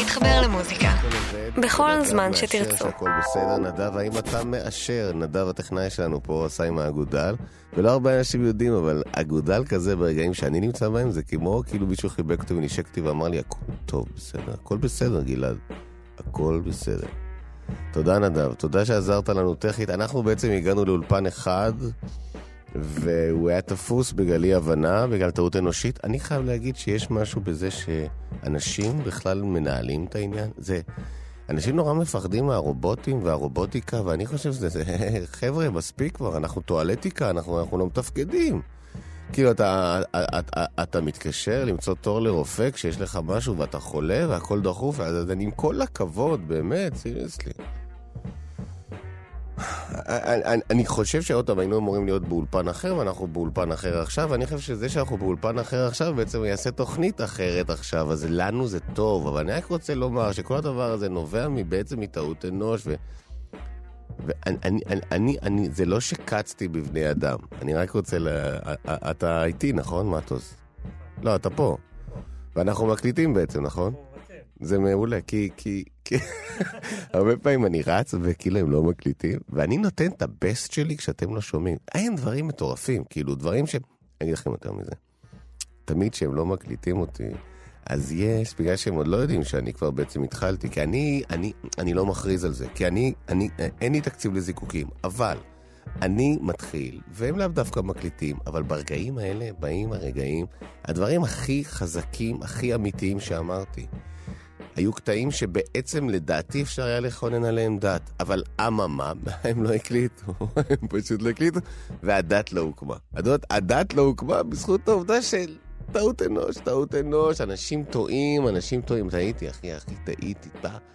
להתחבר למוזיקה בכל זמן שתרצו. הכל בסדר. נדב, האם אתה מאשר? נדב הטכנאי שלנו פה עשה עם האגודל, ולא הרבה אנשים יודעים, אבל אגודל כזה ברגעים שאני נמצא בהם זה כמו כאילו מישהו חיבק אותי ונשק אותי ואמר לי הכל טוב, בסדר, הכל בסדר גלעד, הכל בסדר. תודה נדב, תודה שעזרת לנו טכנית. אנחנו בעצם הגענו לאולפן אחד והוא היה תפוס בגלל אי הבנה, בגלל טעות אנושית. אני חייב להגיד שיש משהו בזה שאנשים בכלל מנהלים את העניין. זה, אנשים נורא מפחדים מהרובוטים והרובוטיקה, ואני חושב שזה, חבר'ה, מספיק כבר, אנחנו טואלטיקה, אנחנו לא מתפקדים. כאילו אתה מתקשר למצוא תור לרופא כשיש לך משהו ואתה חולה והכל דחוף, אז עם כל הכבוד, באמת, סיריוסלי. אני חושב שעוד פעם היינו אמורים להיות באולפן אחר, ואנחנו באולפן אחר עכשיו, ואני חושב שזה שאנחנו באולפן אחר עכשיו בעצם יעשה תוכנית אחרת עכשיו, אז לנו זה טוב, אבל אני רק רוצה לומר שכל הדבר הזה נובע בעצם מטעות אנוש, ואני, זה לא שקצתי בבני אדם, אני רק רוצה אתה איתי, נכון, מטוס? לא, אתה פה, ואנחנו מקליטים בעצם, נכון? זה מעולה, כי הרבה פעמים אני רץ וכאילו הם לא מקליטים, ואני נותן את הבסט שלי כשאתם לא שומעים. אין דברים מטורפים, כאילו דברים אני אגיד לכם יותר מזה. תמיד שהם לא מקליטים אותי, אז יש, בגלל שהם עוד לא יודעים שאני כבר בעצם התחלתי, כי אני לא מכריז על זה, כי אין לי תקציב לזיקוקים, אבל אני מתחיל, והם לאו דווקא מקליטים, אבל ברגעים האלה באים הרגעים, הדברים הכי חזקים, הכי אמיתיים שאמרתי. היו קטעים שבעצם לדעתי אפשר היה לכונן עליהם דת, אבל אממה, הם לא הקליטו, הם פשוט לא הקליטו, והדת לא הוקמה. הדת לא הוקמה בזכות העובדה של טעות אנוש, אנשים טועים, טעיתי, אחי, טעיתי,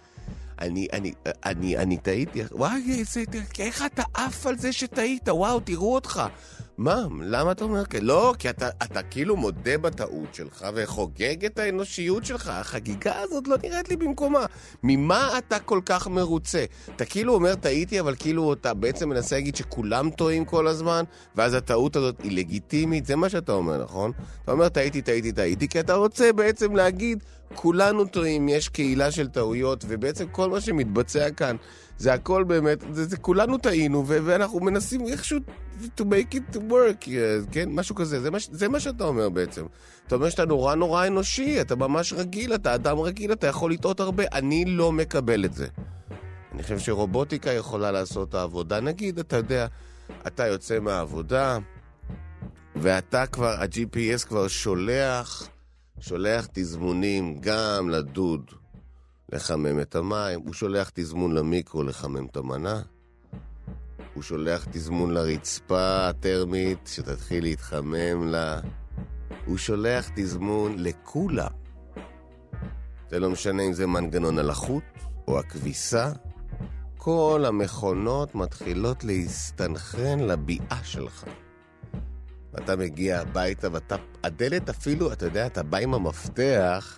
אני טעיתי, וואי, איך אתה אף על זה שטעית, וואו, תראו אותך. מה? למה אתה אומר? לא, כי אתה כאילו מודה בטעות שלך וחוגג את האנושיות שלך. החגיגה הזאת לא נראית לי במקומה. ממה אתה כל כך מרוצה? אתה כאילו אומר טעיתי, אבל כאילו אתה בעצם מנסה להגיד שכולם טועים כל הזמן, ואז הטעות הזאת היא לגיטימית. זה מה שאתה אומר, נכון? אתה אומר טעיתי, כי אתה רוצה בעצם להגיד כולנו טועים, יש קהילה של טעויות, ובעצם כל מה שמתבצע כאן זה הכל באמת, זה כולנו טעינו, ואנחנו מנסים איכשהו to make it work, כן? משהו כזה, זה מה שאתה אומר בעצם. אתה אומר שאתה נורא אנושי, אתה ממש רגיל, אתה אדם רגיל, אתה יכול לטעות הרבה, אני לא מקבל את זה. אני חושב שרובוטיקה יכולה לעשות את העבודה. נגיד, אתה יודע, אתה יוצא מהעבודה, ואתה כבר, ה-GPS כבר שולח תזמונים גם לדוד לחמם את המים, הוא שולח תזמון למיקרו לחמם את המנה, הוא שולח תזמון לרצפה הטרמית שתתחיל להתחמם לה, הוא שולח תזמון לכולה. זה לא משנה אם זה מנגנון הלחות או הכביסה, כל המכונות מתחילות להסתנכרן לביאה שלך. ואתה מגיע הביתה, הדלת אפילו, אתה יודע, אתה בא עם המפתח,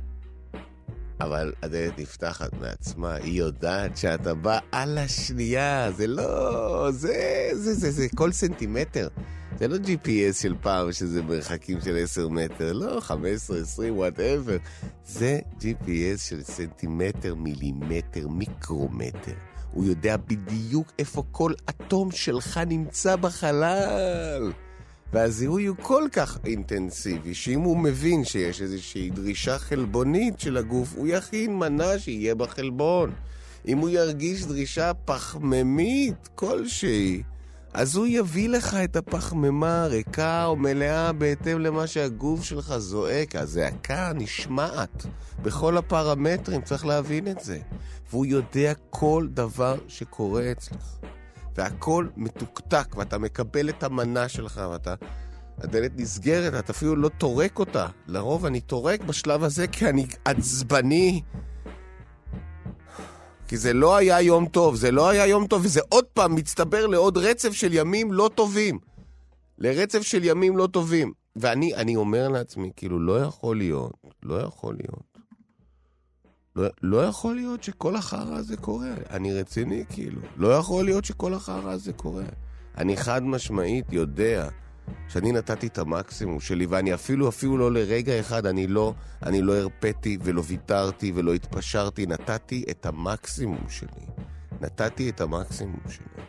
אבל הדלת נפתחת מעצמה, היא יודעת שאתה בא על השנייה, זה לא, זה כל סנטימטר. זה לא GPS של פעם, שזה מרחקים של 10 מטר, לא, 15, 20, whatever. זה GPS של סנטימטר, מילימטר, מיקרומטר. הוא יודע בדיוק איפה כל אטום שלך נמצא בחלל. והזיהוי הוא כל כך אינטנסיבי, שאם הוא מבין שיש איזושהי דרישה חלבונית של הגוף, הוא יכין מנה שיהיה בחלבון. אם הוא ירגיש דרישה פחממית כלשהי, אז הוא יביא לך את הפחממה ריקה או מלאה בהתאם למה שהגוף שלך זועק. הזעקה נשמעת בכל הפרמטרים, צריך להבין את זה. והוא יודע כל דבר שקורה אצלך. והכל מתוקתק, ואתה מקבל את המנה שלך, הדלת נסגרת, אתה אפילו לא תורק אותה. לרוב אני תורק בשלב הזה כי אני עצבני. כי זה לא היה יום טוב, וזה עוד פעם מצטבר לעוד רצף של ימים לא טובים. ואני אומר לעצמי, כאילו, לא יכול להיות שכל החרא הזה קורה. אני רציני, כאילו. לא יכול להיות שכל החרא הזה קורה. אני חד משמעית יודע שאני נתתי את המקסימום שלי, ואני אפילו לא לרגע אחד, אני לא הרפאתי ולא ויתרתי ולא התפשרתי, נתתי את המקסימום שלי. נתתי את המקסימום שלי.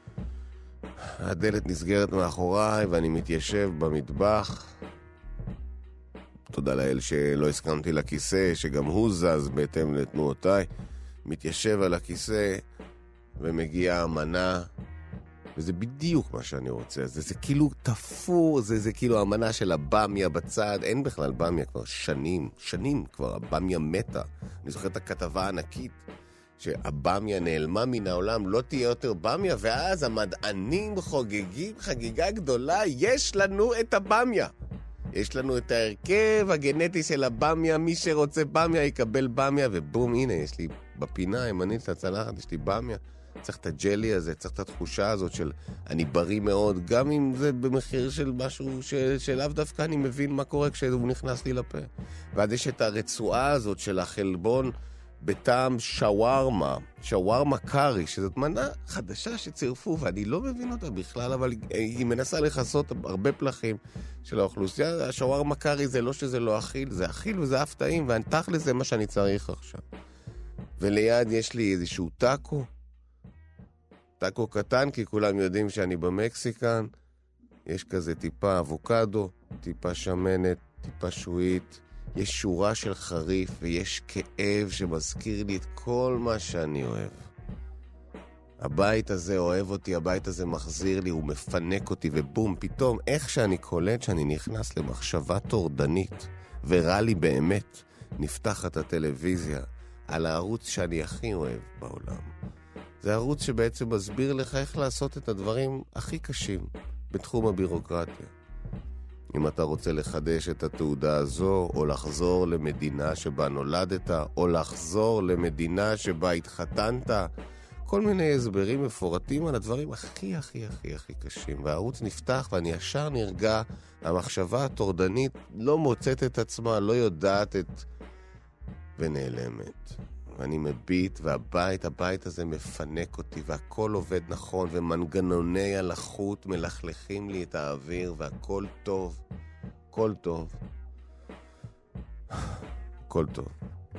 הדלת נסגרת מאחוריי ואני מתיישב במטבח. תודה לאל שלא הסכמתי לכיסא, שגם הוא זז בהתאם לתנועותיי. מתיישב על הכיסא ומגיעה המנה, וזה בדיוק מה שאני רוצה. זה כאילו תפור, זה כאילו המנה של הבאמיה בצד. אין בכלל באמיה כבר שנים כבר, הבאמיה מתה. אני זוכר את הכתבה הענקית שהבאמיה נעלמה מן העולם, לא תהיה יותר באמיה, ואז המדענים חוגגים חגיגה גדולה, יש לנו את הבאמיה. יש לנו את ההרכב הגנטי של הבאמיה, מי שרוצה באמיה יקבל באמיה, ובום, הנה, יש לי בפינה הימנית לצלחת, יש לי באמיה. צריך את הג'לי הזה, צריך את התחושה הזאת של אני בריא מאוד, גם אם זה במחיר של משהו שלאו דווקא אני מבין מה קורה כשהוא נכנס לי לפה. ועד יש את הרצועה הזאת של החלבון בטעם שווארמה קארי, שזאת מנה חדשה שצירפו, ואני לא מבין אותה בכלל, אבל היא מנסה לחסות הרבה פלחים של האוכלוסייה. השווארמה קארי זה לא שזה לא אכיל, זה אכיל וזה אף טעים, והתכל'ס זה מה שאני צריך עכשיו. וליד יש לי איזשהו טאקו קטן, כי כולם יודעים שאני במקסיקן. יש כזה טיפה אבוקדו, טיפה שמנת, טיפה שועית. יש שורה של חריף ויש כאב שמזכיר לי את כל מה שאני אוהב. הבית הזה אוהב אותי, הבית הזה מחזיר לי, הוא מפנק אותי, ובום, פתאום איך שאני קולט שאני נכנס למחשבה טורדנית, ורע לי באמת, נפתחת הטלוויזיה על הערוץ שאני הכי אוהב בעולם. זה ערוץ שבעצם מסביר לך איך לעשות את הדברים הכי קשים בתחום הבירוקרטיה. אם אתה רוצה לחדש את התעודה הזו, או לחזור למדינה שבה נולדת, או לחזור למדינה שבה התחתנת, כל מיני הסברים מפורטים על הדברים הכי קשים. והערוץ נפתח ואני ישר נרגע, המחשבה הטורדנית לא מוצאת את עצמה, לא יודעת ונעלמת. ואני מביט, והבית הזה מפנק אותי, והכל עובד נכון, ומנגנוני הלחות מלכלכים לי את האוויר, והכל טוב. הכל טוב. הכל טוב.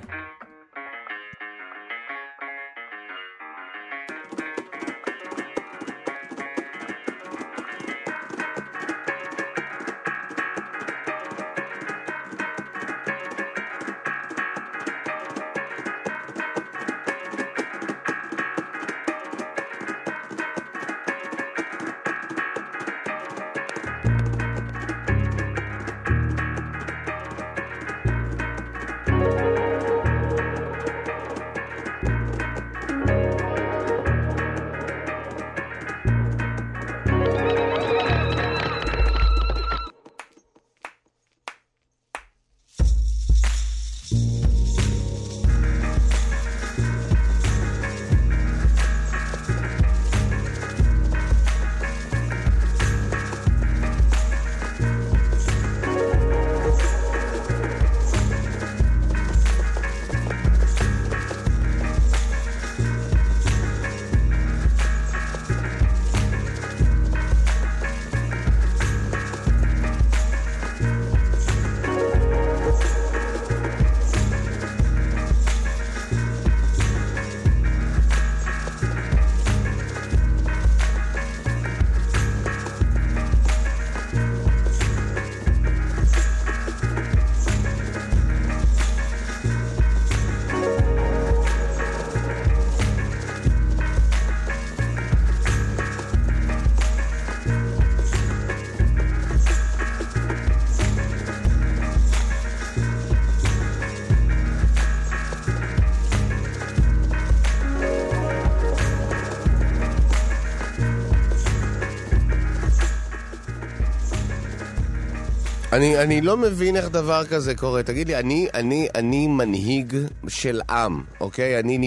אני לא מבין איך דבר כזה קורה. תגיד לי, אני מנהיג של עם, אוקיי? אני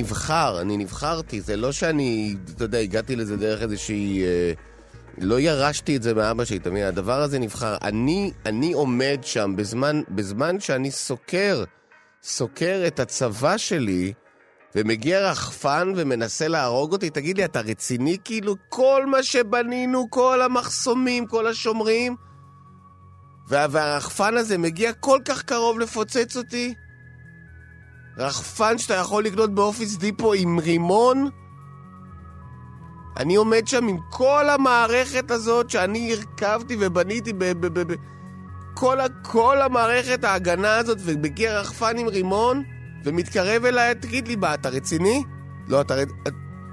נבחרתי. זה לא שאני, אתה יודע, הגעתי לזה דרך איזושהי... לא ירשתי את זה מאבא שלי, תמיד. הדבר הזה נבחר. אני עומד שם בזמן שאני סוקר את הצבא שלי, ומגיע רחפן ומנסה להרוג אותי, תגיד לי, אתה רציני? כאילו כל מה שבנינו, כל המחסומים, כל השומרים, והרחפן הזה מגיע כל כך קרוב לפוצץ אותי? רחפן שאתה יכול לקנות באופיס דיפו עם רימון? אני עומד שם עם כל המערכת הזאת שאני הרכבתי ובניתי כל המערכת ההגנה הזאת, ומגיע רחפן עם רימון ומתקרב אליי, תגיד לי, אתה רציני? לא, אתה רציני.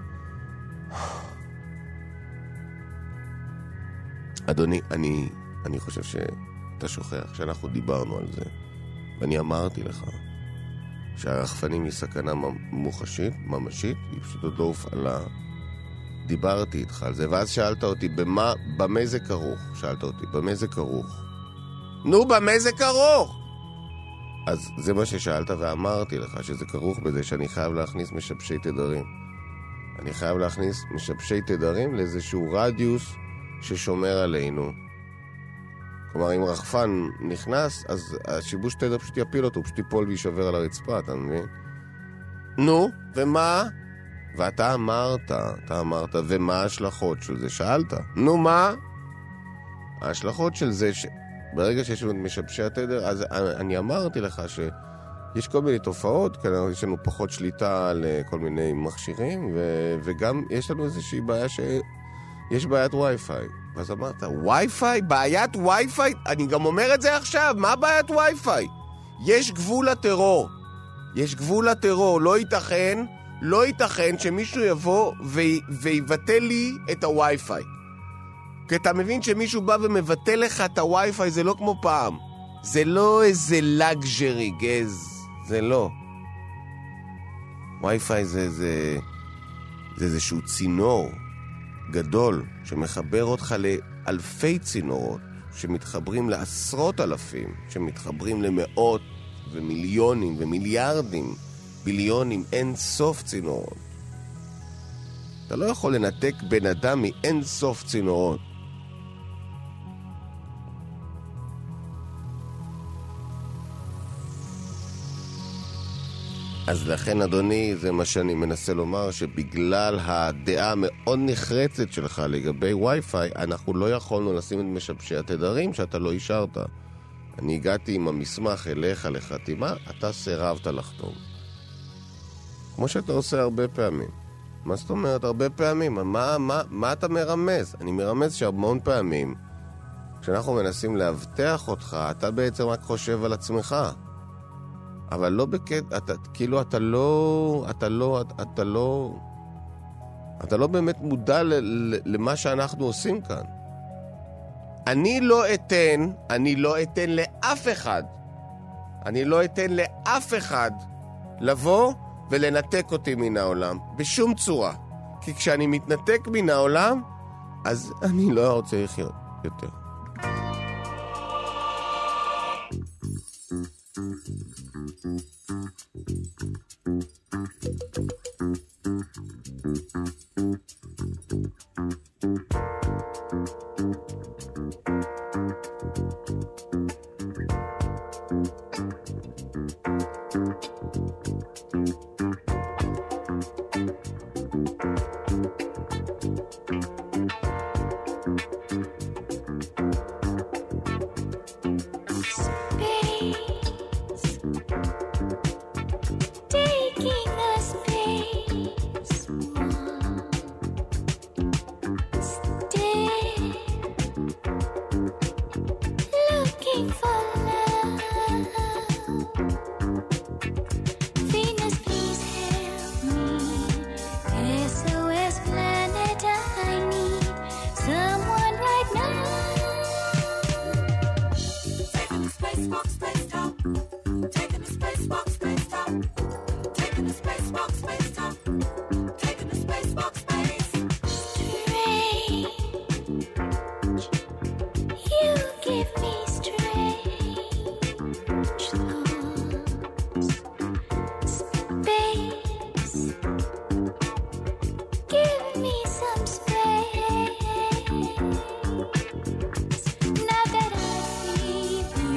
אדוני, אני חושב שאתה שוכח שאנחנו דיברנו על זה, ואני אמרתי לך שהרחפנים היא סכנה מוחשית, ממשית, היא פשוט עוד לא הופעלה. דיברתי איתך על זה, ואז שאלת אותי, במה זה כרוך? שאלת אותי, במה זה כרוך? נו, במה זה כרוך? אז זה מה ששאלת, ואמרתי לך שזה כרוך בזה שאני חייב להכניס משבשי תדרים. אני חייב להכניס משבשי תדרים לאיזשהו רדיוס ששומר עלינו. כלומר, אם רחפן נכנס, אז השיבוש תדר פשוט יפיל אותו, פשוט ייפול וישבר על הרצפה, אתה מבין? נו, ומה? ואתה אמרת, ומה ההשלכות של זה? שאלת. נו, מה? ההשלכות של זה ברגע שיש לנו את משבשי התדר, אז אני אמרתי לך שיש כל מיני תופעות, כי יש לנו פחות שליטה על כל מיני מכשירים, וגם יש לנו איזושהי בעיה יש בעיית וי-פיי. ואז אמרת, וי-פיי? בעיית וי-פיי? אני גם אומר את זה עכשיו, מה בעיית וי-פיי? יש גבול לטרור. יש גבול לטרור. לא ייתכן שמישהו יבוא ויבטל לי את הווי-פיי. כי אתה מבין שמישהו בא ומבטל לך את הווי-פיי, זה לא כמו פעם. זה לא איזה לגז'רי, גז. זה לא. ווי-פיי זה איזשהו צינור גדול שמחבר אותך לאלפי צינורות, שמתחברים לעשרות אלפים, שמתחברים למאות ומיליונים ומיליארדים, ביליונים, אין סוף צינורות. אתה לא יכול לנתק בן אדם מאין סוף צינורות. אז לכן, אדוני, זה מה שאני מנסה לומר, שבגלל הדעה מאוד נחרצת שלך לגבי וי-פיי, אנחנו לא יכולנו לשים את משבשי התדרים שאתה לא אישרת. אני הגעתי עם המסמך אליך לחתימה, אתה סירבת לחתום. כמו שאתה עושה הרבה פעמים. מה זאת אומרת הרבה פעמים? מה אתה מרמז? אני מרמז שהמון פעמים, כשאנחנו מנסים להבטח אותך, אתה בעצם רק חושב על עצמך. אבל לא בקטע, כאילו אתה לא באמת מודע למה שאנחנו עושים כאן. אני לא אתן לאף אחד לבוא ולנתק אותי מן העולם, בשום צורה. כי כשאני מתנתק מן העולם, אז אני לא רוצה לחיות יותר.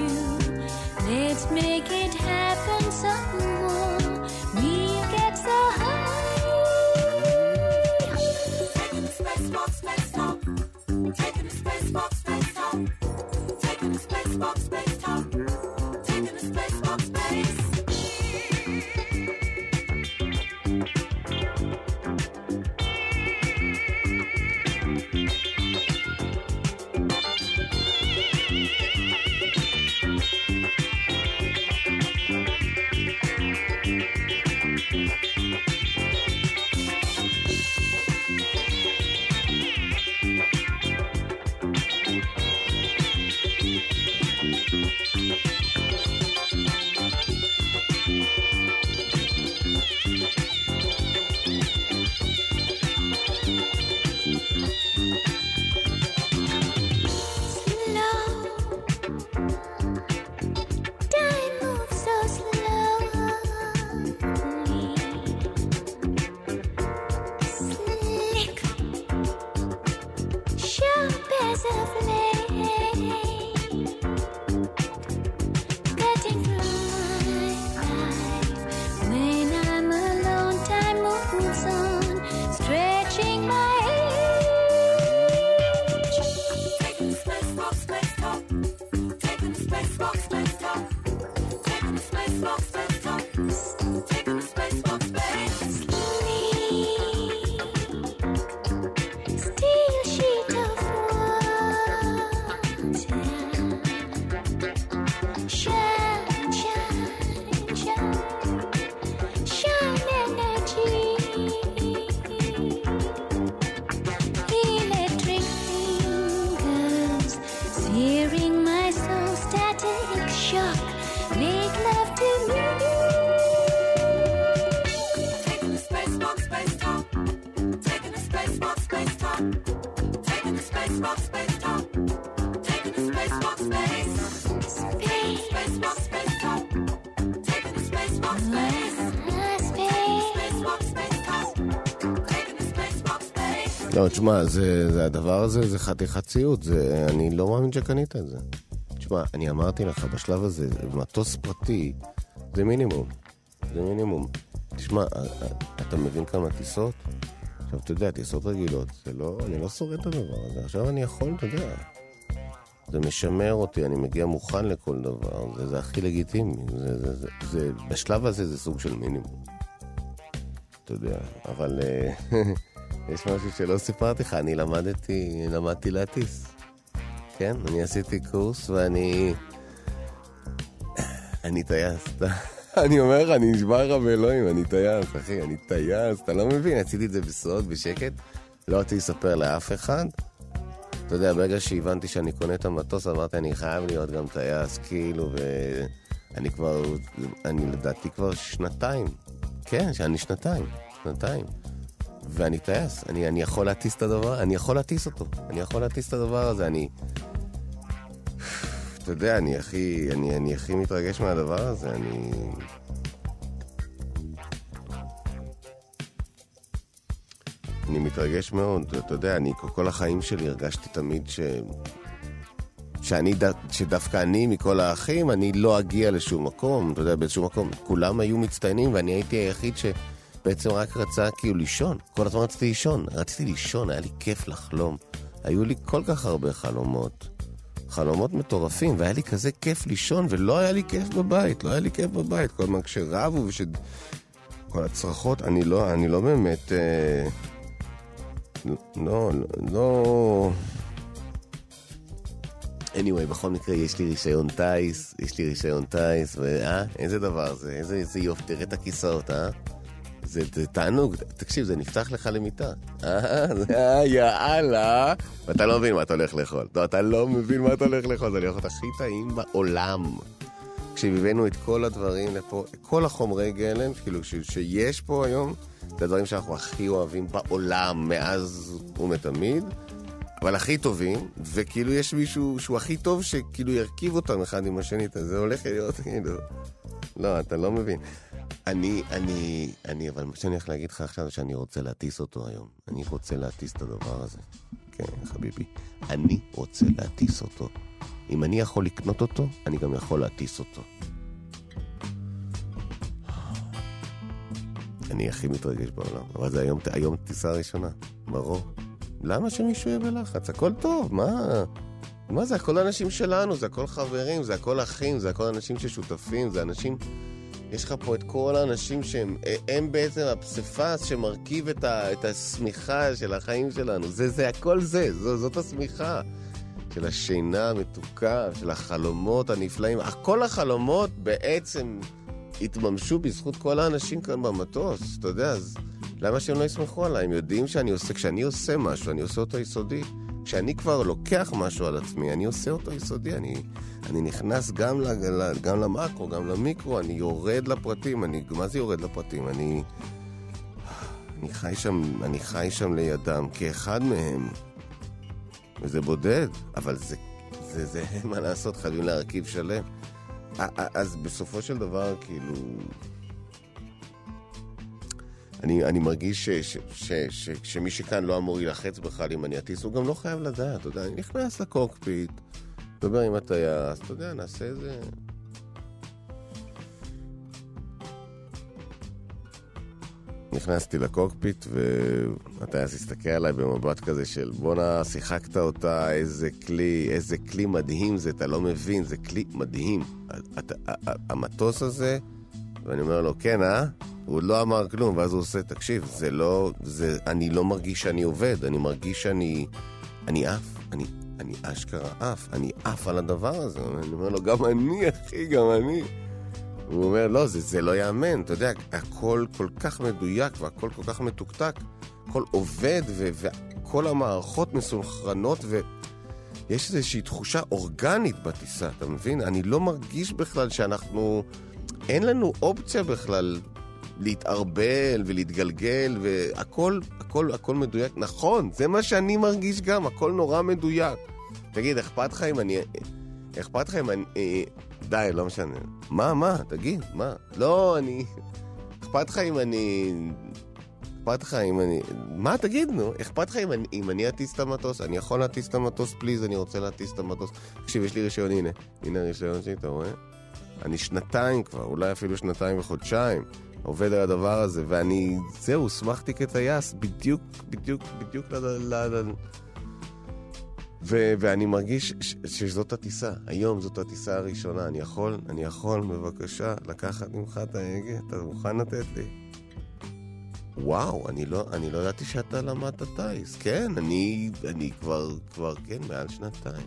Make it happen some more. Me get so לא, תשמע, הדבר הזה זה חתיכת ציוד, אני לא מאמין שקנית את זה. תשמע, אני אמרתי לך, בשלב הזה, מטוס פרטי, זה מינימום. זה מינימום. תשמע, אתה מבין כמה טיסות? עכשיו, אתה יודע, טיסות רגילות, זה לא, אני לא שורד את הדבר הזה. עכשיו אני יכול, אתה יודע. זה משמר אותי, אני מגיע מוכן לכל דבר, זה הכי לגיטימי. בשלב הזה זה סוג של מינימום. אתה יודע, אבל יש משהו שלא סיפרתי לך, אני למדתי להטיס. כן, אני עשיתי קורס ואני טייס. אני אומר לך, אני נשבע לך באלוהים, אני טייס, אחי, אני טייס, אתה לא מבין, עשיתי את זה בסוד, בשקט, לא רציתי לספר לאף אחד. אתה יודע, ברגע שהבנתי שאני קונה את המטוס, אמרתי, אני חייב להיות גם טייס, כאילו, ואני כבר, אני לדעתי כבר שנתיים. כן, שאני שנתיים. ואני טייס, אני יכול להטיס את הדבר, אני יכול להטיס אותו. אני יכול להטיס את הדבר הזה, אתה יודע, אני הכי מתרגש מהדבר הזה, אני מתרגש מאוד, אתה יודע, כל החיים שלי הרגשתי תמיד שדווקא אני מכל האחים, אני לא אגיע לשום מקום, אתה יודע, באיזשהו מקום, כולם היו מצטיינים ואני הייתי היחיד שבעצם רק רצה כאילו לישון, כל הזמן רציתי לישון, היה לי כיף לחלום, היו לי כל כך הרבה חלומות מטורפים, והיה לי כזה כיף לישון, ולא היה לי כיף בבית, כל הזמן כשרבו כל הצרחות, אני לא באמת, לא. anyway, בכל מקרה, יש לי רישיון טייס, איזה דבר זה, איזה יופי, תראה את הכיסאות, זה תענוג, תקשיב, זה נפתח לך למיטה. יאללה. ואתה לא מבין מה אתה הולך לאכול. אתה לא מבין מה אתה הולך לאכול, זה הולך להיות הכי טעים בעולם. כשהבאנו את כל הדברים לפה, כל החומרי גלם, כאילו שיש פה היום, זה הדברים שאנחנו הכי אוהבים בעולם, מאז ומתמיד, אבל הכי טובים, וכאילו יש מישהו שהוא הכי טוב, שכאילו ירכיב אותם אחד עם השני, זה הולך להיות, כאילו, לא, אתה לא מבין. אבל מה שאני הולך להגיד לך עכשיו, שאני רוצה להטיס אותו היום. אני רוצה להטיס את הדבר הזה. כן, חביבי. אני רוצה להטיס אותו. אם אני יכול לקנות אותו, אני גם יכול להטיס אותו. אני הכי מתרגש בעולם. אבל זה היום טיסה ראשונה. ברור. למה שמישהו יהיה בלחץ? הכל טוב, מה זה? הכל אנשים שלנו, זה הכל חברים, זה הכל אחים, זה הכל אנשים ששותפים, זה אנשים... יש לך פה את כל האנשים שהם בעצם הפסיפס שמרכיב את השמיכה של החיים שלנו. זה הכל זאת השמיכה של השינה המתוקה, של החלומות הנפלאים. כל החלומות בעצם התממשו בזכות כל האנשים כאן במטוס. אתה יודע, אז למה שהם לא יסמכו עליי? הם יודעים כשאני עושה משהו, אני עושה אותו יסודי. כשאני כבר לוקח משהו על עצמי, אני עושה אותו יסודי. אני נכנס גם למקרו, גם למיקרו, אני יורד לפרטים. מה זה יורד לפרטים? אני חי שם לידם כאחד מהם. וזה בודד, אבל זה מה לעשות, חייבים להרכיב שלם. אז בסופו של דבר, כאילו... אני מרגיש שמי שכאן לא אמור ילחץ בכלל אם אני אטיס, הוא גם לא חייב לדעת, אתה יודע, אני נכנס לקוקפיט, מדבר עם הטייס, אתה יודע, נעשה איזה... נכנסתי לקוקפיט והטייס הסתכל עליי במבט כזה של בונה, שיחקת אותה, איזה כלי מדהים זה, אתה לא מבין, זה כלי מדהים. המטוס הזה, ואני אומר לו, כן, הוא לא אמר כלום, ואז הוא עושה, תקשיב, אני לא מרגיש שאני עובד, אני מרגיש שאני אשכרה אני אף על הדבר הזה. אני אומר לו, גם אני, אחי, גם אני. הוא אומר, לא, זה לא יאמן, אתה יודע, הכל כל כך מדויק, והכל כל כך מתוקתק, הכל עובד, וכל המערכות מסונכרנות, ויש איזושהי תחושה אורגנית בטיסה, אתה מבין? אני לא מרגיש בכלל אין לנו אופציה בכלל להתערבל ולהתגלגל, והכל מדויק. נכון, זה מה שאני מרגיש גם, הכל נורא מדויק. תגיד, אכפת לך אם אני... די, לא משנה. מה? תגיד, מה? לא, אכפת לך אם אני... מה, תגיד, נו? אכפת לך אם אני אטיס את המטוס? אני יכול להטיס את המטוס, פליז, אני רוצה להטיס את המטוס. תקשיב, יש לי רישיון, הנה הרישיון שלי, אתה רואה? אני 2 כבר, אולי אפילו 2 וחודשיים, עובד על הדבר הזה, זהו, שמחתי כטייס, בדיוק ואני מרגיש שזאת הטיסה, היום זאת הטיסה הראשונה, אני יכול בבקשה לקחת ממך את ההגה, אתה מוכן לתת לי? וואו, אני לא ידעתי שאתה למדת טייס, כן, אני כבר כן, מעל 2.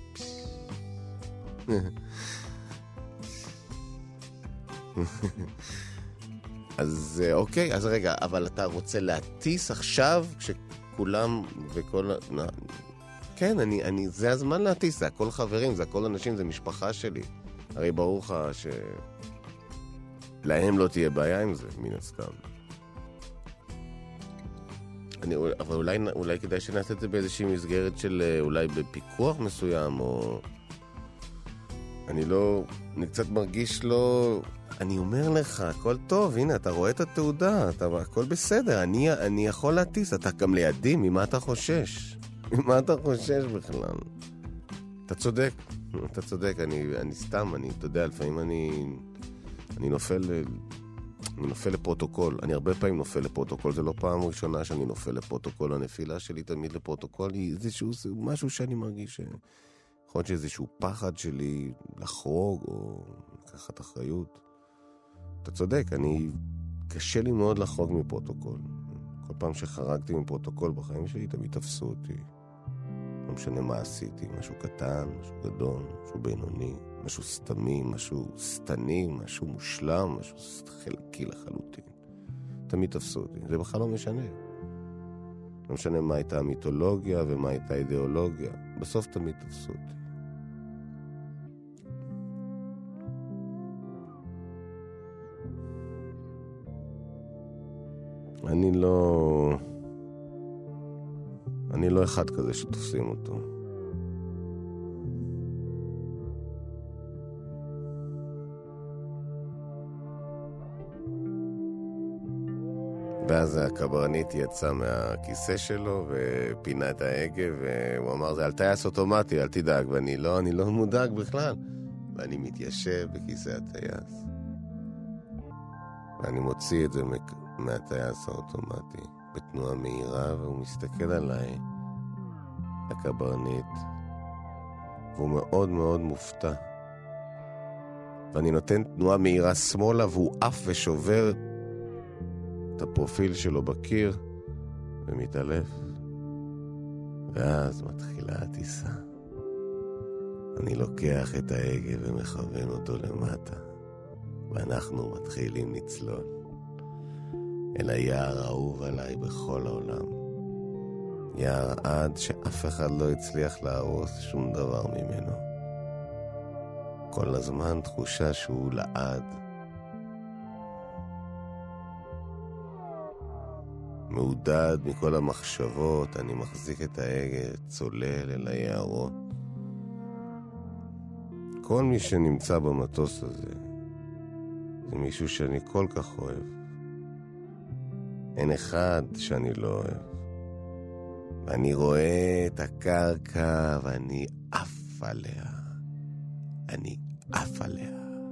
אז אוקיי, אז רגע, אבל אתה רוצה להטיס עכשיו כשכולם וכל... כן, זה הזמן להטיס, זה הכל חברים, זה הכל אנשים, זה משפחה שלי. הרי ברור לך שלהם לא תהיה בעיה עם זה, מן הסתם. אבל אולי כדאי שנעשה את זה באיזושהי מסגרת של אולי בפיקוח מסוים, או... אני קצת מרגיש אני אומר לך, הכל טוב, הנה, אתה רואה את התעודה, הכל בסדר, אני יכול להטיס, אתה גם לידי, ממה אתה חושש? ממה אתה חושש בכלל? אתה צודק, אני סתם, אתה יודע, לפעמים אני נופל לפרוטוקול, אני הרבה פעמים נופל לפרוטוקול, זה לא פעם ראשונה שאני נופל לפרוטוקול, הנפילה שלי תמיד לפרוטוקול, היא משהו שאני מרגיש יכול להיות שאיזשהו פחד שלי לחרוג או לקחת אחריות. אתה צודק, קשה לי מאוד לחרוג מפרוטוקול. כל פעם שחרגתי מפרוטוקול בחיים שלי, תמיד תפסו אותי. לא משנה מה עשיתי, משהו קטן, משהו גדול, משהו בינוני, משהו סתמי, משהו סתני, משהו מושלם, משהו חלקי לחלוטין. תמיד תפסו אותי, זה בכלל לא משנה. לא משנה מה הייתה המיתולוגיה ומה הייתה האידיאולוגיה, בסוף תמיד תפסו אותי. אני לא אחד כזה שתופסים אותו. ואז הקברניט יצא מהכיסא שלו ופינה את ההגה, והוא אמר, זה על טייס אוטומטי, אל תדאג. ואני לא מודאג בכלל. ואני מתיישב בכיסא הטייס. ואני מוציא את זה מהטייס האוטומטי בתנועה מהירה, והוא מסתכל עליי הקברניט, והוא מאוד מאוד מופתע. ואני נותן תנועה מהירה שמאלה, והוא עף ושובר את הפרופיל שלו בקיר, ומתעלף. ואז מתחילה הטיסה. אני לוקח את ההגה ומכוון אותו למטה, ואנחנו מתחילים לצלול אל היער האהוב עליי בכל העולם. יער עד שאף אחד לא הצליח להרוס שום דבר ממנו. כל הזמן תחושה שהוא לעד. מעודד מכל המחשבות, אני מחזיק את ההגה, צולל אל היערות. כל מי שנמצא במטוס הזה זה מישהו שאני כל כך אוהב. אין אחד שאני לא אוהב. ואני רואה את הקרקע ואני עף עליה. אני עף עליה.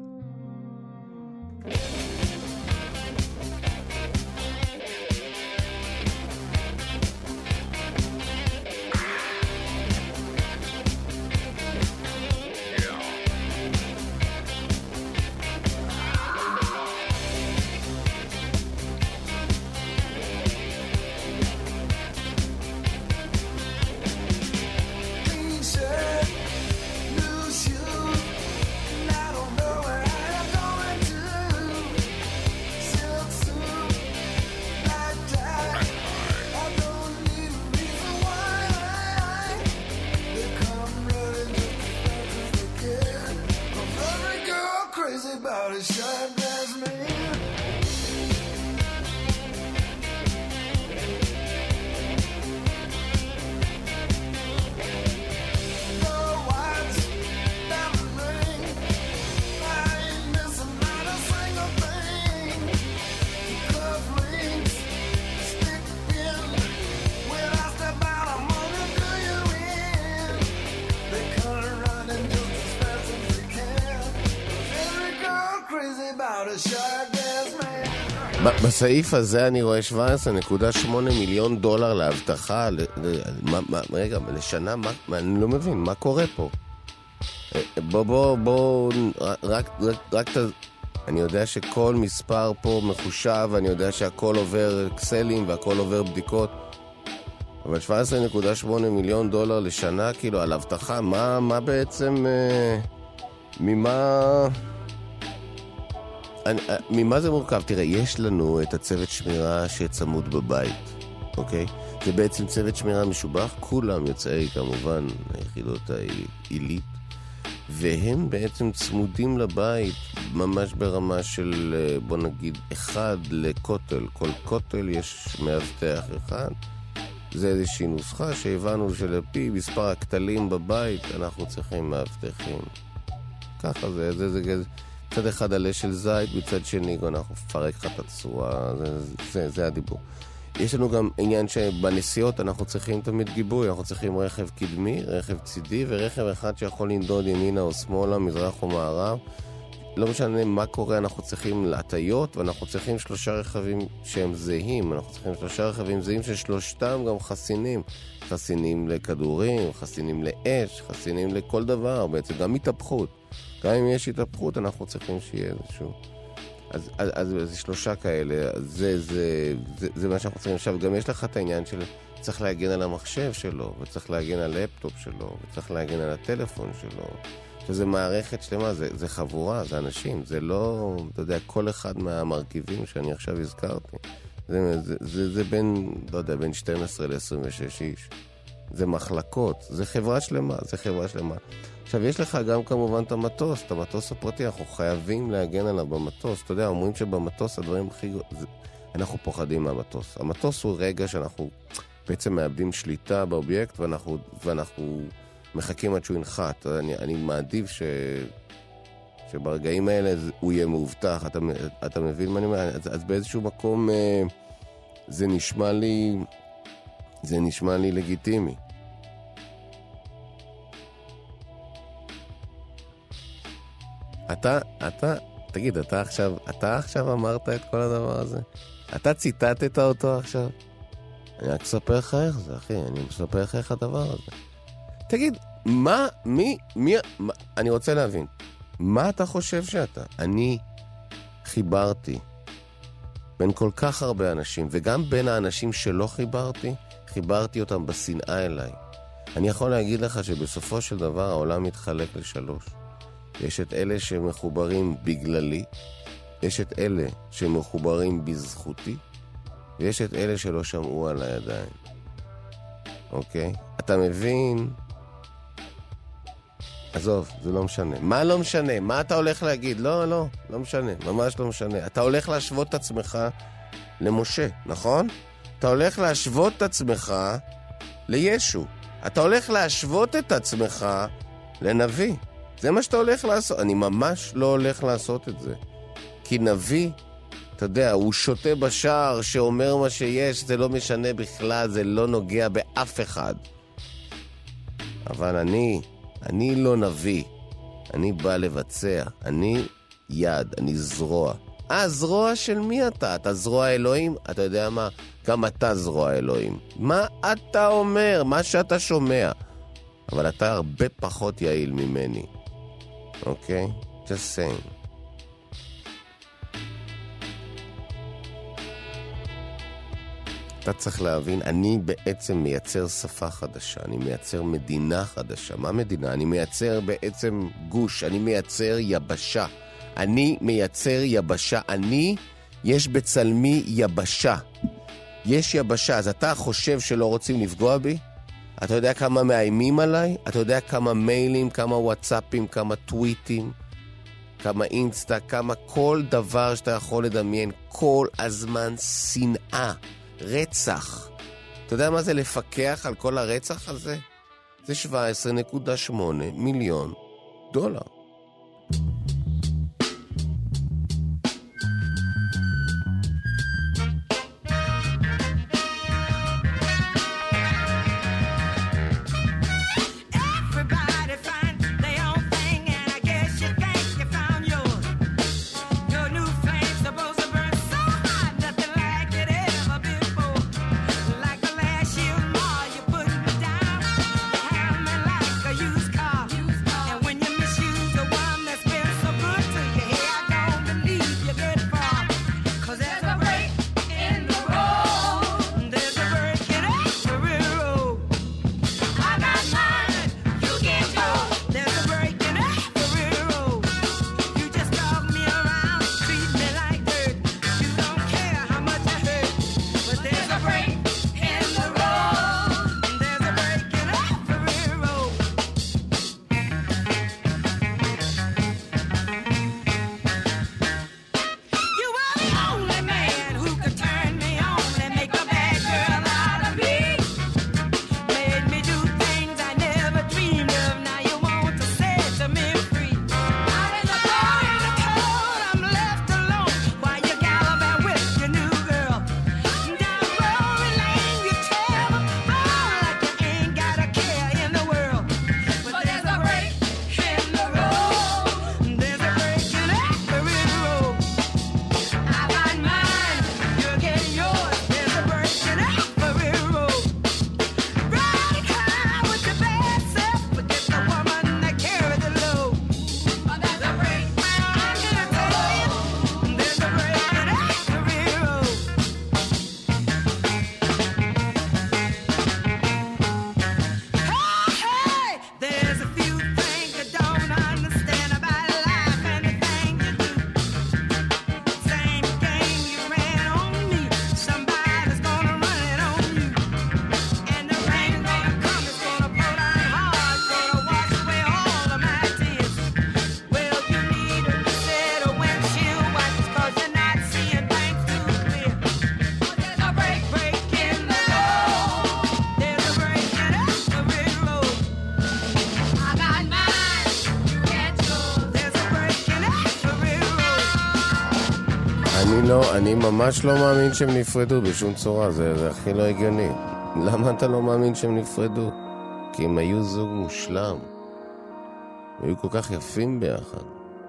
בסעיף הזה אני רואה $17.8 מיליון להבטחה. רגע, לשנה, אני לא מבין, מה קורה פה? בוא, רק אני יודע שכל מספר פה מחושב, אני יודע שהכל עובר אקסלים והכל עובר בדיקות, אבל $17.8 מיליון לשנה, כאילו, על הבטחה, מה בעצם, ממה זה מורכב? תראה, יש לנו את הצוות שמירה שצמוד בבית, אוקיי? זה בעצם צוות שמירה משובח, כולם יוצאי כמובן היחידות העילית, והם בעצם צמודים לבית, ממש ברמה של, בוא נגיד, אחד לקוטל. כל קוטל יש מאבטח אחד. זה איזושהי נוסחה שהבנו שלפי מספר הכתלים בבית אנחנו צריכים מאבטחים. ככה זה צד אחד עלה של זית, בצד שני אנחנו פרק לך את הצורה, זה הדיבור. יש לנו גם עניין שבנסיעות אנחנו צריכים תמיד גיבוי, אנחנו צריכים רכב קדמי, רכב צידי ורכב אחד שיכול לנדוד ימינה או שמאלה, מזרח או מערב. לא משנה מה קורה, אנחנו צריכים להטיות, ואנחנו צריכים 3 רכבים שהם זהים, אנחנו צריכים 3 רכבים זהים ששלושתם גם חסינים. חסינים לכדורים, חסינים לאש, חסינים לכל דבר, בעצם גם התהפכות. גם אם יש התהפכות, אנחנו צריכים שיהיה איזשהו. אז זה 3 כאלה, זה מה שאנחנו צריכים. עכשיו, גם יש לך את העניין של צריך להגן על המחשב שלו, וצריך להגן על לפטופ שלו, וצריך להגן על הטלפון שלו. שזה מערכת שלמה, זה חבורה, זה אנשים, זה לא, אתה יודע, כל אחד מהמרכיבים שאני עכשיו הזכרתי. זה בין, לא יודע, בין 12 ל-26 איש. זה מחלקות, זה חברה שלמה, זה חברה שלמה. עכשיו, יש לך גם כמובן את המטוס הפרטי, אנחנו חייבים להגן עליו במטוס. אתה יודע, אומרים שבמטוס הדברים הכי... אנחנו פוחדים מהמטוס. המטוס הוא רגע שאנחנו בעצם מאבדים שליטה באובייקט, ואנחנו מחכים עד שהוא ינחת. אני מעדיף שברגעים האלה הוא יהיה מאובטח. אתה מבין מה אני אומר? אז באיזשהו מקום זה נשמע לי לגיטימי. תגיד, אתה עכשיו אמרת את כל הדבר הזה? אתה ציטטת אותו עכשיו? אני רק אספר לך איך זה, אחי. אני מספר לך איך הדבר הזה. תגיד, אני רוצה להבין. מה אתה חושב שאתה? אני חיברתי בין כל כך הרבה אנשים, וגם בין האנשים שלא חיברתי אותם בשנאה אליי. אני יכול להגיד לך שבסופו של דבר העולם מתחלק לשלוש. יש את אלה שמחוברים בגללי, יש את אלה שמחוברים בזכותי, ויש את אלה שלא שמעו על הידיים. אוקיי? אתה מבין? עזוב, זה לא משנה. מה לא משנה? מה אתה הולך להגיד? לא משנה, ממש לא משנה. אתה הולך להשוות את עצמך למשה, נכון? אתה הולך להשוות את עצמך לישו. אתה הולך להשוות את עצמך לנביא. זה מה שאתה הולך לעשות. אני ממש לא הולך לעשות את זה. כי נביא, אתה יודע, הוא שותה בשער שאומר מה שיש, זה לא משנה בכלל, זה לא נוגע באף אחד. אבל אני לא נביא. אני בא לבצע. אני יד, אני זרוע. זרוע של מי אתה? אתה זרוע אלוהים? אתה יודע מה? גם אתה זרוע אלוהים. מה אתה אומר? מה שאתה שומע. אבל אתה הרבה פחות יעיל ממני. אוקיי? Just saying. אתה צריך להבין, אני בעצם מייצר שפה חדשה, אני מייצר מדינה חדשה. מה מדינה? אני מייצר בעצם גוש, אני מייצר יבשה. אני מייצר יבשה. יש בצלמי יבשה. יש יבשה. אז אתה חושב שלא רוצים לפגוע בי? אתה יודע כמה מאיימים עליי? אתה יודע כמה מיילים, כמה וואטסאפים, כמה טוויטים, כמה אינסטה, כמה כל דבר שאתה יכול לדמיין, כל הזמן שנאה, רצח. אתה יודע מה זה לפקח על כל הרצח הזה? זה 17.8 מיליון דולר. אני ממש לא מאמין שהם נפרדו בשום צורה, זה הכי לא הגיוני. למה אתה לא מאמין שהם נפרדו? כי הם היו זוג מושלם. הם היו כל כך יפים ביחד.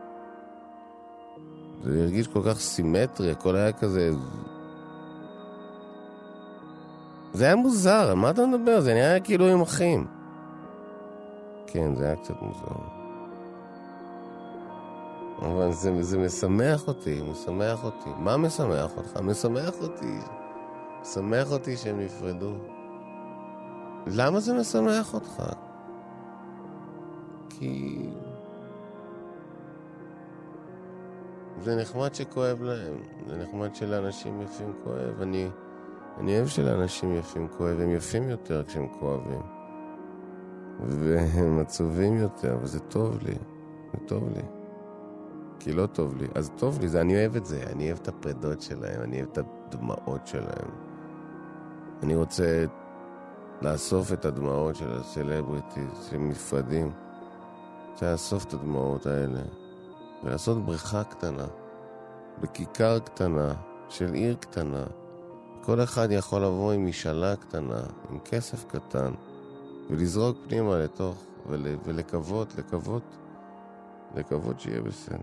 זה הרגיש כל כך סימטרי, הכל היה כזה... זה היה מוזר, על מה אתה מדבר? זה נראה כאילו עם אחים. כן, זה היה קצת מוזר. אבל זה משמח אותי, משמח אותי. מה משמח אותך? משמח אותי. משמח אותי שהם נפרדו. למה זה משמח אותך? כי... זה נחמד שכואב להם. זה נחמד שלאנשים יפים כואב. אני אוהב שלאנשים יפים כואב. הם יפים יותר כשהם כואבים. והם עצובים יותר, וזה טוב לי. זה טוב לי. כי לא טוב לי. אז טוב לי, אני אוהב את זה. אני אוהב את הפרדות שלהם. אני אוהב את הדמעות שלהם. אני רוצה לאסוף את הדמעות של הסלבריטיז שמפרדים. רוצה לאסוף את הדמעות האלה. ולעשות בריכה קטנה. בכיכר קטנה. של עיר קטנה. כל אחד יכול לבוא עם משאלה קטנה. עם כסף קטן. ולזרוק פנימה לתוך. ולקוות שיהיה בסדר.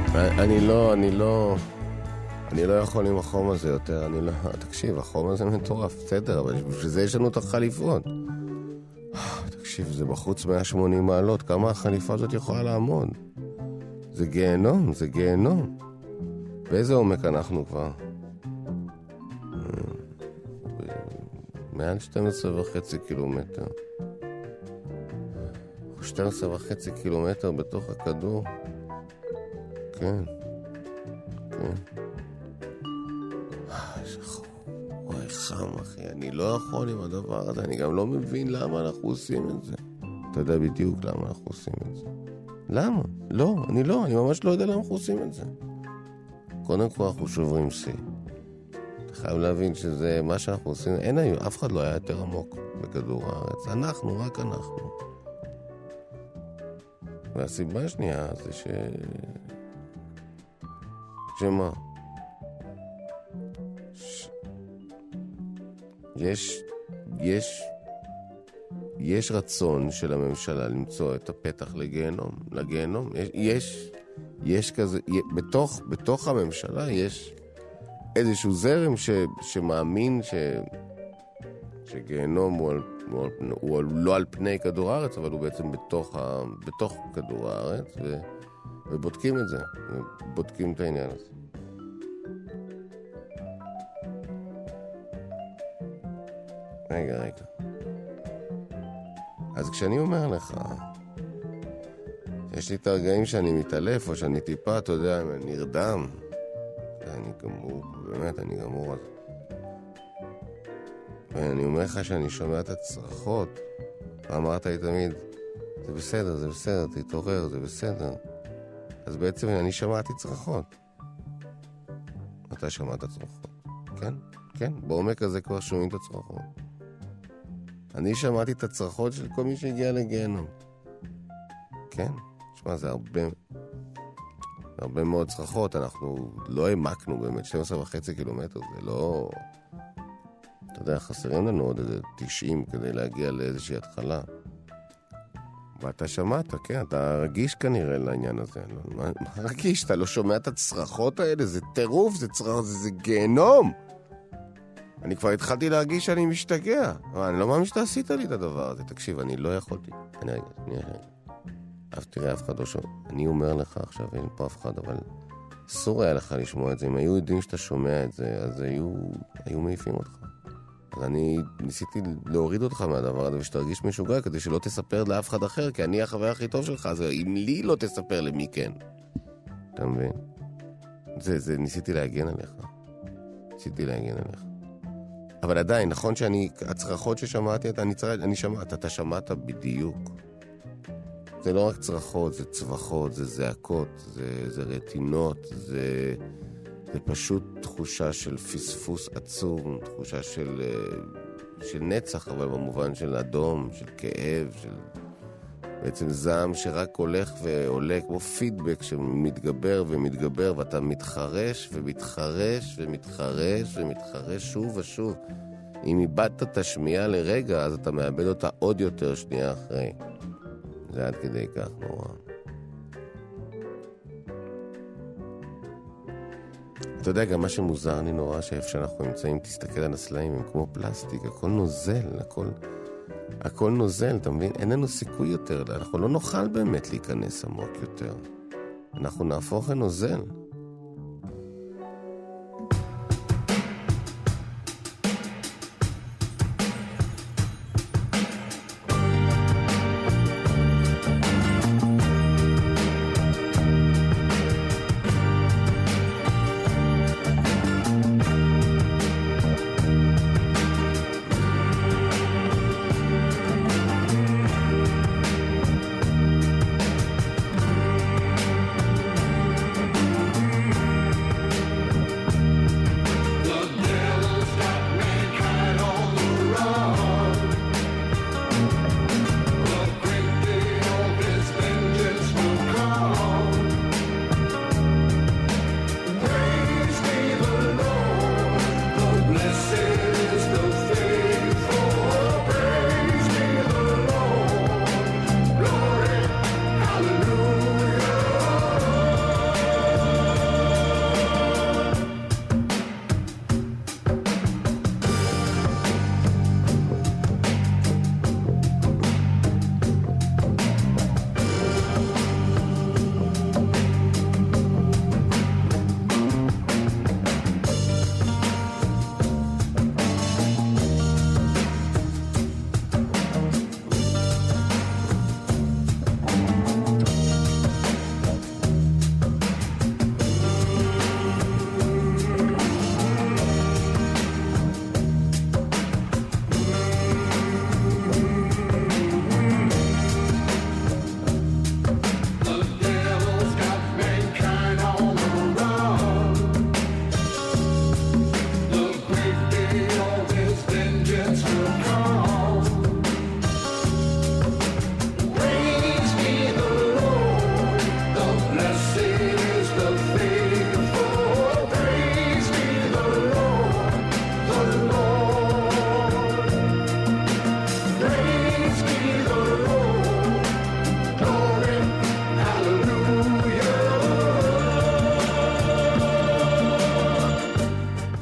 אני לא יכול עם החום הזה יותר, תקשיב, החום הזה מטורף, בסדר, אבל בשביל זה יש לנו את החליפות. תקשיב, זה בחוץ 180 מעלות, כמה החליפה הזאת יכולה לעמוד? זה גיהנום, זה גיהנום. באיזה עומק אנחנו כבר? מעל 12.5 קילומטר. 12.5 קילומטר בתוך הכדור. כן. וואי, חם, אחי. אני לא יכול עם הדבר הזה. אני גם לא מבין למה אנחנו עושים את זה. אתה יודע בדיוק למה אנחנו עושים את זה. למה? לא, אני ממש לא יודע למה אנחנו עושים את זה. קודם כל אנחנו שוברים שיא. אתה חייב להבין שזה מה שאנחנו עושים. אף אחד לא היה יותר עמוק בכדור הארץ. רק אנחנו. והסיבה השנייה זה שמה? יש רצון של הממשלה למצוא את הפתח לגיהנום. יש כזה, בתוך הממשלה יש איזשהו זרם שמאמין שגיהנום הוא לא על פני כדור הארץ, אבל הוא בעצם בתוך כדור הארץ, ובודקים את זה, ובודקים את העניין הזה. רגע. אז כשאני אומר לך, יש לי את הרגעים שאני מתעלף, או שאני טיפה, אתה יודע, נרדם, אני גמור, באמת, אני גמור. ואני אומר לך שאני שומע את הצרחות, ואמרת לי תמיד, זה בסדר, תתעורר, זה בסדר. אז בעצם אני שמעתי צרחות. אתה שמעת צרחות. כן, בעומק הזה כבר שומעים את הצרחות. אני שמעתי את הצרחות של כל מי שהגיע לגיהנום. כן, תשמע, זה הרבה מאוד צרחות. אנחנו לא העמקנו באמת 12.5 קילומטר, זה לא... אתה יודע, חסרים לנו עוד איזה 90 כדי להגיע לאיזושהי התחלה. ואתה שמעת, כן, אתה רגיש כנראה לעניין הזה. מה רגיש? אתה לא שומע את הצרחות האלה? זה טירוף, זה גיהנום. אני כבר התחלתי להרגיש שאני משתגע. אבל אני לא מאמין שאתה עשית לי את הדבר הזה. תקשיב, אני לא יכולתי. תראה, אף אחד לא שומע. אני אומר לך עכשיו, אין פה אף אחד, אבל אסור היה לך לשמוע את זה. אם היו יודעים שאתה שומע את זה, אז היו מעיפים אותך. אז אני ניסיתי להוריד אותך מהדבר הזה ושתרגיש משוגע כדי שלא תספר לאף אחד אחר, כי אני החבר הכי טוב שלך, אז אם לי לא תספר למי כן. אתה מבין? זה ניסיתי להגן עליך. אבל עדיין, נכון הצרחות ששמעתי, אתה שמעת בדיוק. זה לא רק צרחות, זה צווחות, זה זעקות, זה רטינות, זה פשוט תחושה של פספוס עצום, תחושה של נצח, אבל במובן של אדום, של כאב, של בעצם זעם שרק הולך ועולה כמו פידבק שמתגבר ומתגבר, ואתה מתחרש ומתחרש שוב ושוב. אם איבדת את השמיעה לרגע, אז אתה מאבד אותה עוד יותר שנייה אחרי. זה עד כדי כך נורא. אתה יודע, גם מה שמוזר לי נורא, שאיפה שאנחנו נמצאים, תסתכל על הסלעים, הם כמו פלסטיק, הכל נוזל, הכל נוזל, אתה מבין? אין לנו סיכוי יותר, אנחנו לא נוכל באמת להיכנס עמוק יותר. אנחנו נהפוך לנוזל.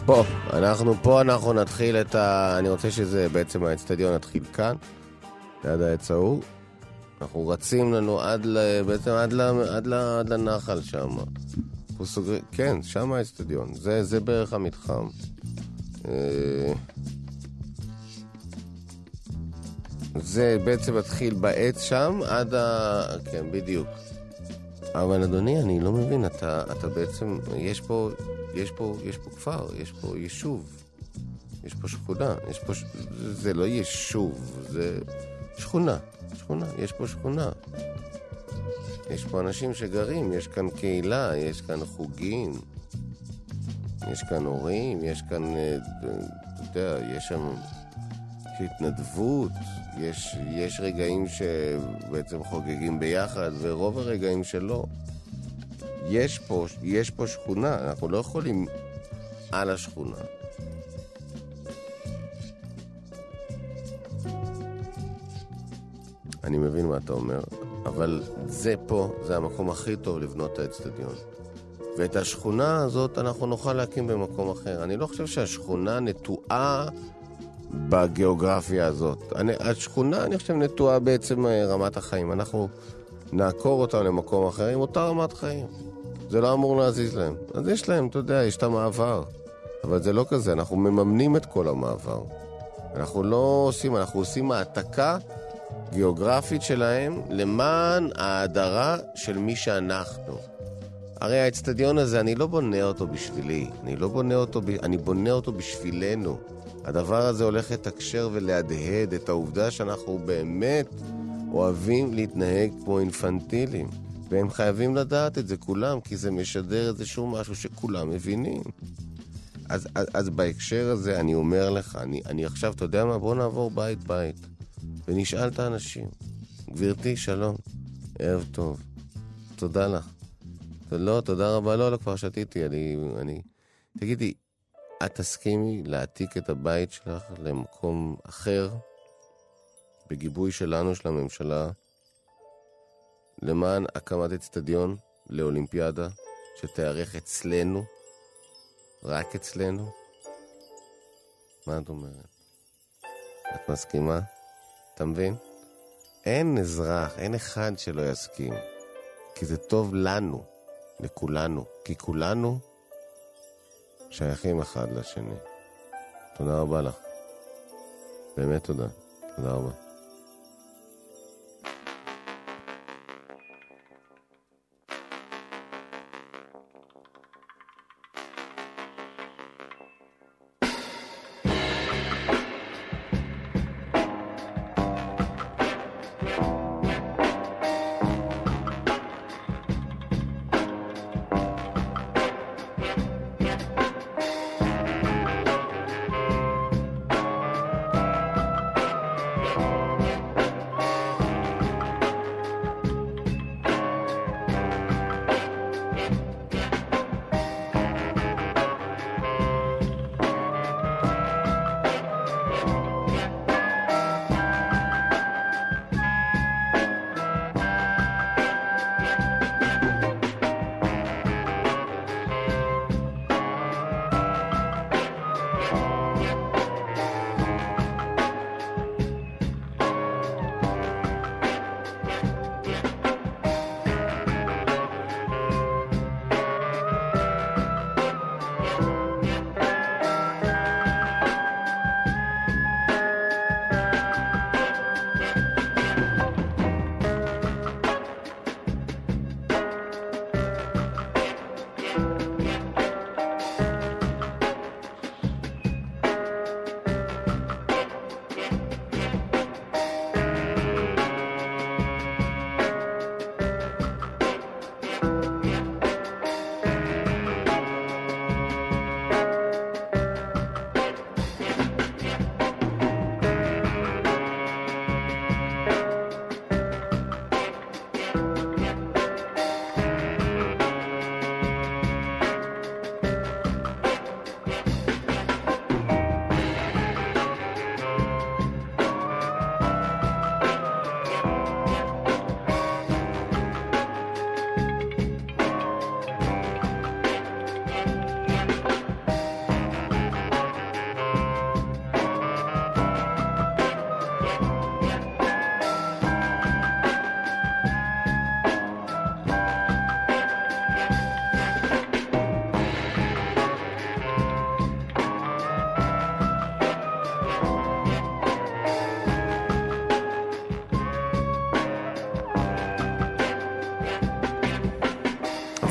אנחנו נתחיל אני רוצה שזה בעצם האצטדיון נתחיל כאן, ליד העץ ההוא. אנחנו רצים לנו בעצם עד לנחל שם. כן, שם האצטדיון. זה בערך המתחם. זה בעצם מתחיל בעץ שם עד כן, בדיוק. אבל אדוני, אני לא מבין, אתה בעצם, יש פה כפר, יש פה יישוב, יש פה שכונה, זה לא יישוב, זה שכונה, יש פה שכונה. יש פה אנשים שגרים, יש כאן קהילה, יש כאן חוגים, יש כאן הורים, יש כאן, אתה יודע, יש שם התנדבות, יש רגעים שבעצם חוגגים ביחד, ורוב הרגעים שלא. יש פה שכונה, אנחנו לא יכולים על השכונה. אני מבין מה אתה אומר, אבל זה המקום הכי טוב לבנות את האצטדיון. ואת השכונה הזאת אנחנו נוכל להקים במקום אחר. אני לא חושב שהשכונה נטועה בגיאוגרפיה הזאת. השכונה, אני חושב, נטועה בעצם רמת החיים. אנחנו נעקור אותם למקום אחר עם אותה רמת חיים. זה לא אמור להזיז להם. אז יש להם, אתה יודע, יש את המעבר. אבל זה לא כזה, אנחנו מממנים את כל המעבר. אנחנו לא עושים, אנחנו עושים העתקה גיאוגרפית שלהם למען ההדרה של מי שאנחנו. הרי האצטדיון הזה, אני לא בונה אותו בשבילי. אני בונה אותו בשבילנו. הדבר הזה הולך לתקשר ולהדהד את העובדה שאנחנו באמת אוהבים להתנהג כמו אינפנטילים. והם חייבים לדעת את זה כולם, כי זה משדר איזשהו משהו שכולם מבינים. אז בהקשר הזה אני אומר לך, אני עכשיו, אתה יודע מה? בוא נעבור בית ונשאל את האנשים. גברתי, שלום. ערב טוב. תודה לך. לא, תודה רבה. לא, כבר שתיתי. תגידי, את תסכימי להעתיק את הבית שלך למקום אחר, בגיבוי שלנו, של הממשלה, למען הקמת אצטדיון לאולימפיאדה שתארך אצלנו, רק אצלנו? מה את אומרת? את מסכימה? אתה מבין? אין אזרח, אין אחד שלא יסכים, כי זה טוב לנו, לכולנו, כי כולנו שייכים אחד לשני. תודה רבה לך. באמת תודה. תודה רבה.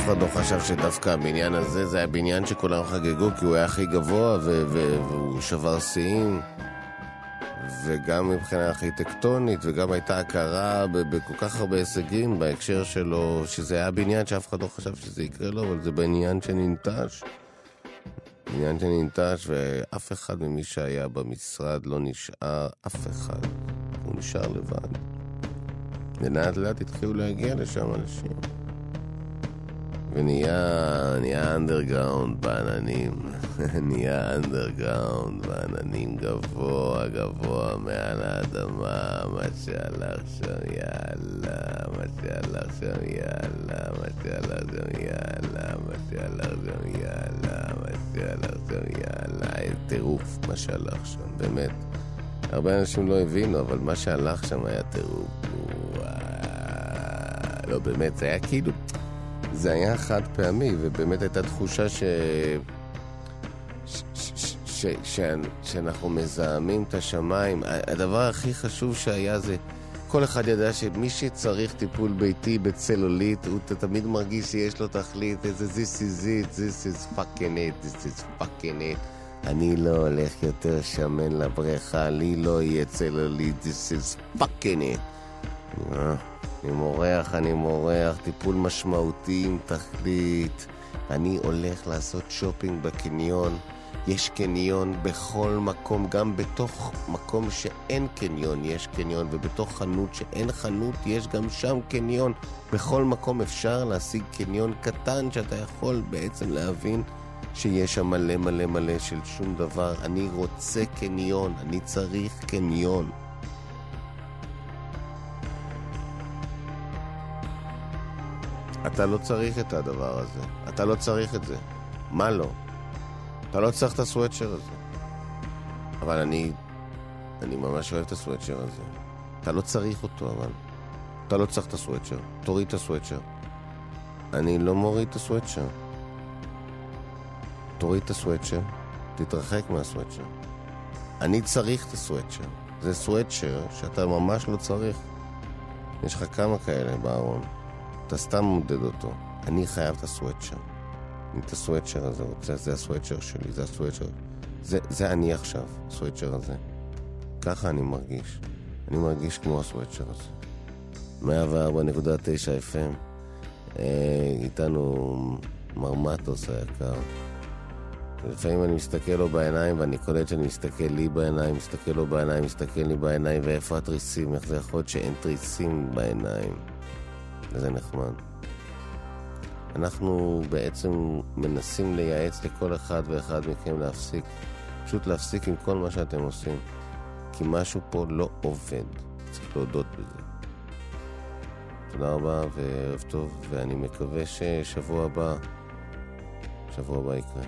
אחד לא חשב שדווקא הבניין הזה זה הבניין שכולם חגגו, כי הוא היה הכי גבוה והוא שבר שיאים, וגם מבחינה ארכיטקטונית, וגם הייתה הכרה בכל כך הרבה הישגים בהקשר שלו, שזה היה בניין שאף אחד לא חשב שזה יקרה לו, אבל זה בניין שננטש. בניין שננטש, ואף אחד ממי שהיה במשרד לא נשאר, אף אחד. הוא נשאר לבד. ולאט לאט התחילו להגיע לשם אנשים. ונהיה אנדרגראונד בעננים. נהיה אנדרגראונד בעננים גבוה, גבוה מעל האדמה. מה שהלך שם יאללה, מה שהלך שם יאללה, מה שהלך שם יאללה, מה שהלך שם יאללה, מה שהלך שם יאללה. טירוף מה שהלך שם, באמת. הרבה אנשים לא הבינו, אבל מה שהלך שם היה טירוף. לא, באמת, זה היה כאילו... זה היה חד פעמי, ובאמת הייתה תחושה שאנחנו מזהמים את השמיים. הדבר הכי חשוב שהיה זה, כל אחד ידע שמי שצריך טיפול ביתי בצלולית, הוא תמיד מרגיש שיש לו תכלית, this is it, this is fucking it, this is fucking it. אני לא הולך יותר שמן לבריכה, לי לא יהיה צלולית, this is fucking it. אני מורח, טיפול משמעותי עם תכלית. אני הולך לעשות שופינג בקניון. יש קניון בכל מקום, גם בתוך מקום שאין קניון יש קניון, ובתוך חנות שאין חנות יש גם שם קניון. בכל מקום אפשר להשיג קניון קטן שאתה יכול בעצם להבין שיש שם מלא מלא מלא של שום דבר. אני רוצה קניון, אני צריך קניון. אתה לא צריך את הדבר הזה. אתה לא צריך את זה. מה לא? אתה לא צריך את הסוויטשר הזה. אבל אני ממש אוהב את הסוויטשר הזה. אתה לא צריך אותו, אבל... אתה לא צריך את הסוויטשר. תוריד את הסוויטשר. אני לא מוריד את הסוויטשר. תוריד את הסוויטשר. תתרחק מהסוויטשר. אני צריך את הסוויטשר. זה סוויטשר שאתה ממש לא צריך. יש לך כמה כאלה בארון. אתה סתם מודד אותו. אני חייב את הסוויטשר. אני את הסוויטשר הזה רוצה, זה הסוויטשר שלי, זה הסוויטשר. זה אני עכשיו, הסוויטשר הזה. ככה אני מרגיש. אני מרגיש כמו הסוויטשר הזה. 104.9 FM. איתנו מרמטוס היקר. לפעמים אני מסתכל לו בעיניים, ואני קולט שאני מסתכל לי בעיניים, מסתכל לו בעיניים, מסתכל לי בעיניים, ואיפה התריסים? איך זה יכול להיות שאין תריסים בעיניים? וזה נחמד. אנחנו בעצם מנסים לייעץ לכל אחד ואחד מכם להפסיק. פשוט להפסיק עם כל מה שאתם עושים. כי משהו פה לא עובד. צריך להודות בזה. תודה רבה וערב טוב, ואני מקווה ששבוע הבא יקרה.